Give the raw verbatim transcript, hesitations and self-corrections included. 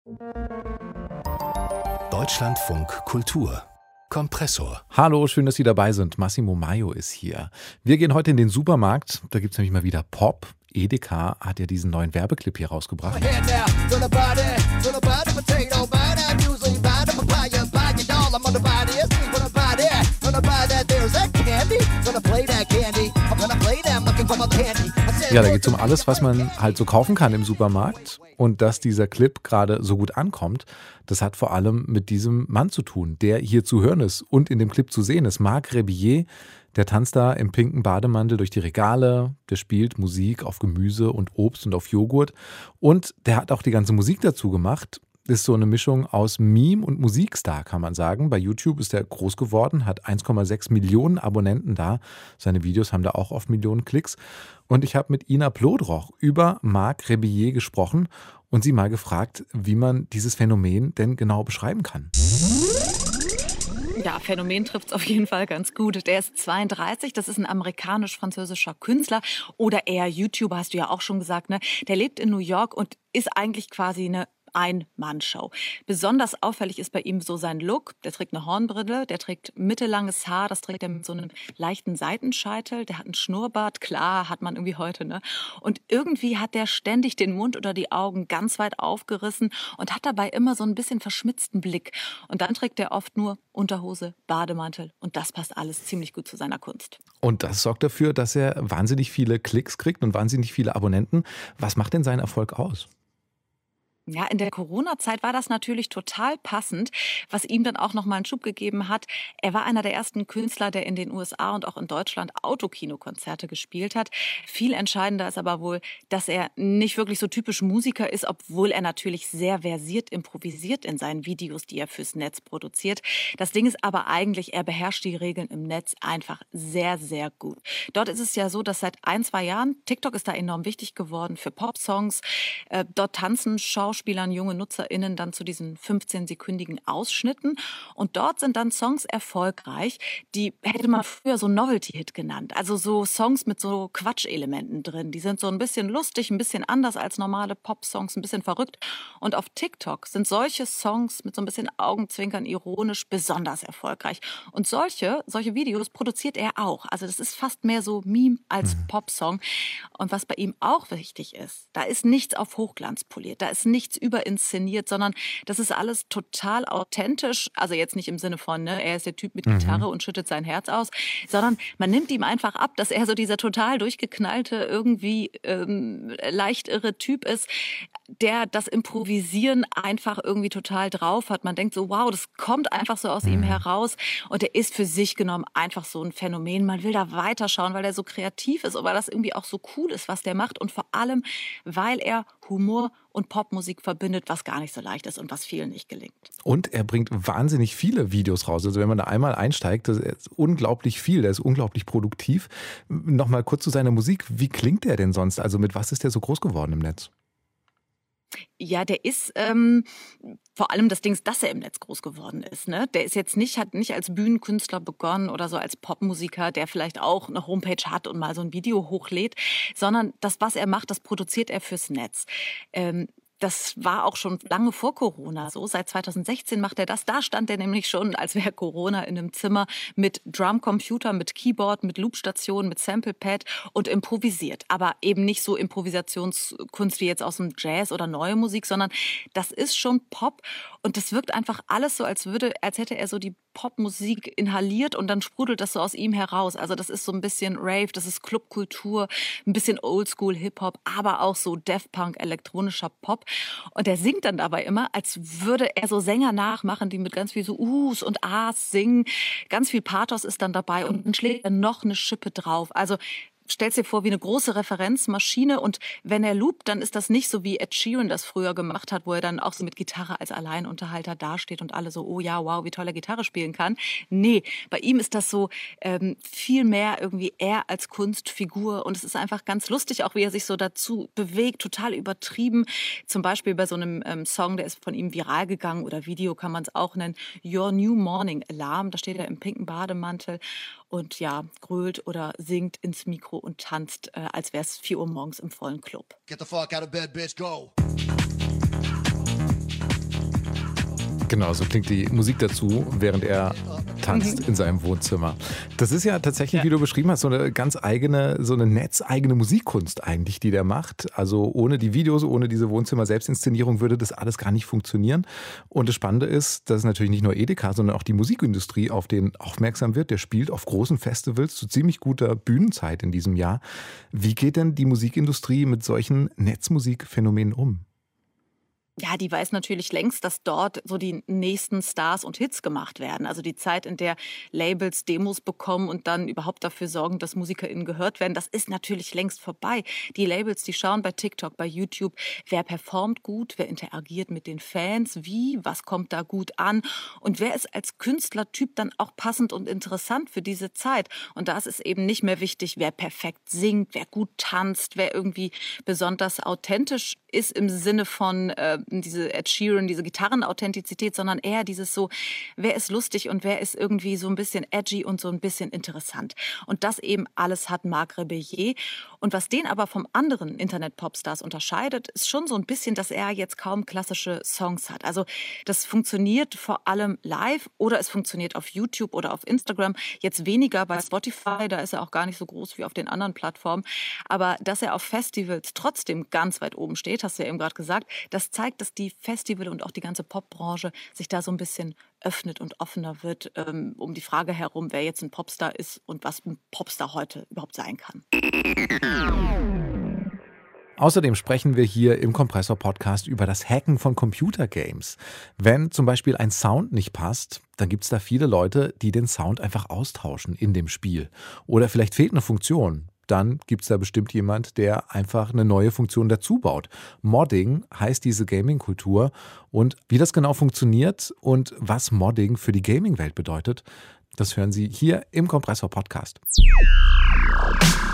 Deutschlandfunk Kultur Kompressor. Hallo, schön, dass Sie dabei sind. Massimo Maio ist hier. Wir gehen heute in den Supermarkt. Da gibt es nämlich mal wieder Pop. Edeka hat ja diesen neuen Werbeclip hier rausgebracht. Ja, da geht es um alles, was man halt so kaufen kann im Supermarkt. Und dass dieser Clip gerade so gut ankommt, das hat vor allem mit diesem Mann zu tun, der hier zu hören ist und in dem Clip zu sehen ist. Marc Rebillet, der tanzt da im pinken Bademantel durch die Regale, der spielt Musik auf Gemüse und Obst und auf Joghurt. Und der hat auch die ganze Musik dazu gemacht. Ist so eine Mischung aus Meme und Musikstar, kann man sagen. Bei YouTube ist er groß geworden, hat eins Komma sechs Millionen Abonnenten da. Seine Videos haben da auch oft Millionen Klicks. Und ich habe mit Ina Plodroch über Marc Rebillet gesprochen und sie mal gefragt, wie man dieses Phänomen denn genau beschreiben kann. Ja, Phänomen trifft es auf jeden Fall ganz gut. Der ist zweiunddreißig, das ist ein amerikanisch-französischer Künstler oder eher YouTuber, hast du ja auch schon gesagt, ne? Der lebt in New York und ist eigentlich quasi eine Ein-Mann-Show. Besonders auffällig ist bei ihm so sein Look. Der trägt eine Hornbrille, der trägt mittellanges Haar, das trägt er mit so einem leichten Seitenscheitel. Der hat einen Schnurrbart, klar, hat man irgendwie heute, ne? Und irgendwie hat der ständig den Mund oder die Augen ganz weit aufgerissen und hat dabei immer so ein bisschen verschmitzten Blick. Und dann trägt er oft nur Unterhose, Bademantel und das passt alles ziemlich gut zu seiner Kunst. Und das sorgt dafür, dass er wahnsinnig viele Klicks kriegt und wahnsinnig viele Abonnenten. Was macht denn seinen Erfolg aus? Ja, in der Corona-Zeit war das natürlich total passend, was ihm dann auch nochmal einen Schub gegeben hat. Er war einer der ersten Künstler, der in den U S A und auch in Deutschland Autokinokonzerte gespielt hat. Viel entscheidender ist aber wohl, dass er nicht wirklich so typisch Musiker ist, obwohl er natürlich sehr versiert improvisiert in seinen Videos, die er fürs Netz produziert. Das Ding ist aber eigentlich, er beherrscht die Regeln im Netz einfach sehr, sehr gut. Dort ist es ja so, dass seit ein, zwei Jahren, TikTok ist da enorm wichtig geworden für Popsongs. Äh, dort tanzen Schauspieler, Spielern, junge NutzerInnen dann zu diesen fünfzehnsekündigen Ausschnitten. Und dort sind dann Songs erfolgreich, die hätte man früher so Novelty-Hit genannt. Also so Songs mit so Quatschelementen drin. Die sind so ein bisschen lustig, ein bisschen anders als normale Pop-Songs, ein bisschen verrückt. Und auf TikTok sind solche Songs mit so ein bisschen Augenzwinkern ironisch besonders erfolgreich. Und solche, solche Videos produziert er auch. Also das ist fast mehr so Meme als mhm. Popsong. Und was bei ihm auch wichtig ist, da ist nichts auf Hochglanz poliert, da ist nichts überinszeniert, sondern das ist alles total authentisch. Also jetzt nicht im Sinne von, ne, er ist der Typ mit Gitarre mhm. und schüttet sein Herz aus, sondern man nimmt ihm einfach ab, dass er so dieser total durchgeknallte, irgendwie ähm, leicht irre Typ ist, der das Improvisieren einfach irgendwie total drauf hat. Man denkt so, wow, das kommt einfach so aus mhm. ihm heraus und er ist für sich genommen einfach so ein Phänomen. Man will da weiterschauen, weil er so kreativ ist und weil das irgendwie auch so cool ist, was der macht und vor allem, weil er Humor und Popmusik verbindet, was gar nicht so leicht ist und was vielen nicht gelingt. Und er bringt wahnsinnig viele Videos raus. Also wenn man da einmal einsteigt, das ist unglaublich viel, der ist unglaublich produktiv. Nochmal kurz zu seiner Musik. Wie klingt der denn sonst? Also mit was ist der so groß geworden im Netz? Ja, der ist ähm, vor allem das Ding ist, dass er im Netz groß geworden ist. Ne? Der ist jetzt nicht, hat nicht als Bühnenkünstler begonnen oder so als Popmusiker, der vielleicht auch eine Homepage hat und mal so ein Video hochlädt, sondern das, was er macht, das produziert er fürs Netz. Ähm, Das war auch schon lange vor Corona so. Seit zweitausendsechzehn macht er das. Da stand er nämlich schon, als wäre Corona, in einem Zimmer mit Drumcomputer, mit Keyboard, mit Loopstation, mit Samplepad und improvisiert. Aber eben nicht so Improvisationskunst wie jetzt aus dem Jazz oder neue Musik, sondern das ist schon Pop. Und das wirkt einfach alles so, als würde, als hätte er so die Popmusik inhaliert und dann sprudelt das so aus ihm heraus. Also das ist so ein bisschen Rave, das ist Clubkultur, ein bisschen Oldschool Hip-Hop, aber auch so Daft Punk, elektronischer Pop. Und er singt dann dabei immer, als würde er so Sänger nachmachen, die mit ganz viel so Us und As singen. Ganz viel Pathos ist dann dabei und dann schlägt er noch eine Schippe drauf. Also stellst dir vor wie eine große Referenzmaschine und wenn er loopt, dann ist das nicht so wie Ed Sheeran das früher gemacht hat, wo er dann auch so mit Gitarre als Alleinunterhalter dasteht und alle so, oh ja, wow, wie toll er Gitarre spielen kann. Nee, bei ihm ist das so ähm, viel mehr irgendwie er als Kunstfigur und es ist einfach ganz lustig, auch wie er sich so dazu bewegt, total übertrieben. Zum Beispiel bei so einem ähm, Song, der ist von ihm viral gegangen oder Video kann man es auch nennen, Your New Morning Alarm, da steht er im pinken Bademantel und ja, grölt oder singt ins Mikro und tanzt, äh, als wäre es vier Uhr morgens im vollen Club. Get the fuck out of bed, bitch, go. Genau, so klingt die Musik dazu, während er tanzt mhm. in seinem Wohnzimmer. Das ist ja tatsächlich, ja. wie du beschrieben hast, so eine ganz eigene, so eine netzeigene Musikkunst eigentlich, die der macht. Also ohne die Videos, ohne diese Wohnzimmer-Selbstinszenierung würde das alles gar nicht funktionieren. Und das Spannende ist, dass natürlich nicht nur Edeka, sondern auch die Musikindustrie auf den aufmerksam wird. Der spielt auf großen Festivals zu ziemlich guter Bühnenzeit in diesem Jahr. Wie geht denn die Musikindustrie mit solchen Netzmusikphänomenen um? Ja, die weiß natürlich längst, dass dort so die nächsten Stars und Hits gemacht werden. Also die Zeit, in der Labels Demos bekommen und dann überhaupt dafür sorgen, dass MusikerInnen gehört werden, das ist natürlich längst vorbei. Die Labels, die schauen bei TikTok, bei YouTube, wer performt gut, wer interagiert mit den Fans, wie, was kommt da gut an und wer ist als Künstlertyp dann auch passend und interessant für diese Zeit. Und da ist es eben nicht mehr wichtig, wer perfekt singt, wer gut tanzt, wer irgendwie besonders authentisch ist im Sinne von äh, diese Ed Sheeran, diese Gitarrenauthentizität, sondern eher dieses so, wer ist lustig und wer ist irgendwie so ein bisschen edgy und so ein bisschen interessant. Und das eben alles hat Marc Rebillet. Und was den aber vom anderen Internet-Popstars unterscheidet, ist schon so ein bisschen, dass er jetzt kaum klassische Songs hat. Also das funktioniert vor allem live oder es funktioniert auf YouTube oder auf Instagram. Jetzt weniger bei Spotify, da ist er auch gar nicht so groß wie auf den anderen Plattformen. Aber dass er auf Festivals trotzdem ganz weit oben steht, hast du ja eben gerade gesagt, das zeigt, dass die Festival und auch die ganze Popbranche sich da so ein bisschen öffnet und offener wird, ähm, um die Frage herum, wer jetzt ein Popstar ist und was ein Popstar heute überhaupt sein kann. Außerdem sprechen wir hier im Kompressor-Podcast über das Hacken von Computergames. Wenn zum Beispiel ein Sound nicht passt, dann gibt es da viele Leute, die den Sound einfach austauschen in dem Spiel. Oder vielleicht fehlt eine Funktion. Dann gibt es da bestimmt jemand, der einfach eine neue Funktion dazu baut. Modding heißt diese Gaming-Kultur. Und wie das genau funktioniert und was Modding für die Gaming-Welt bedeutet, das hören Sie hier im Kompressor-Podcast.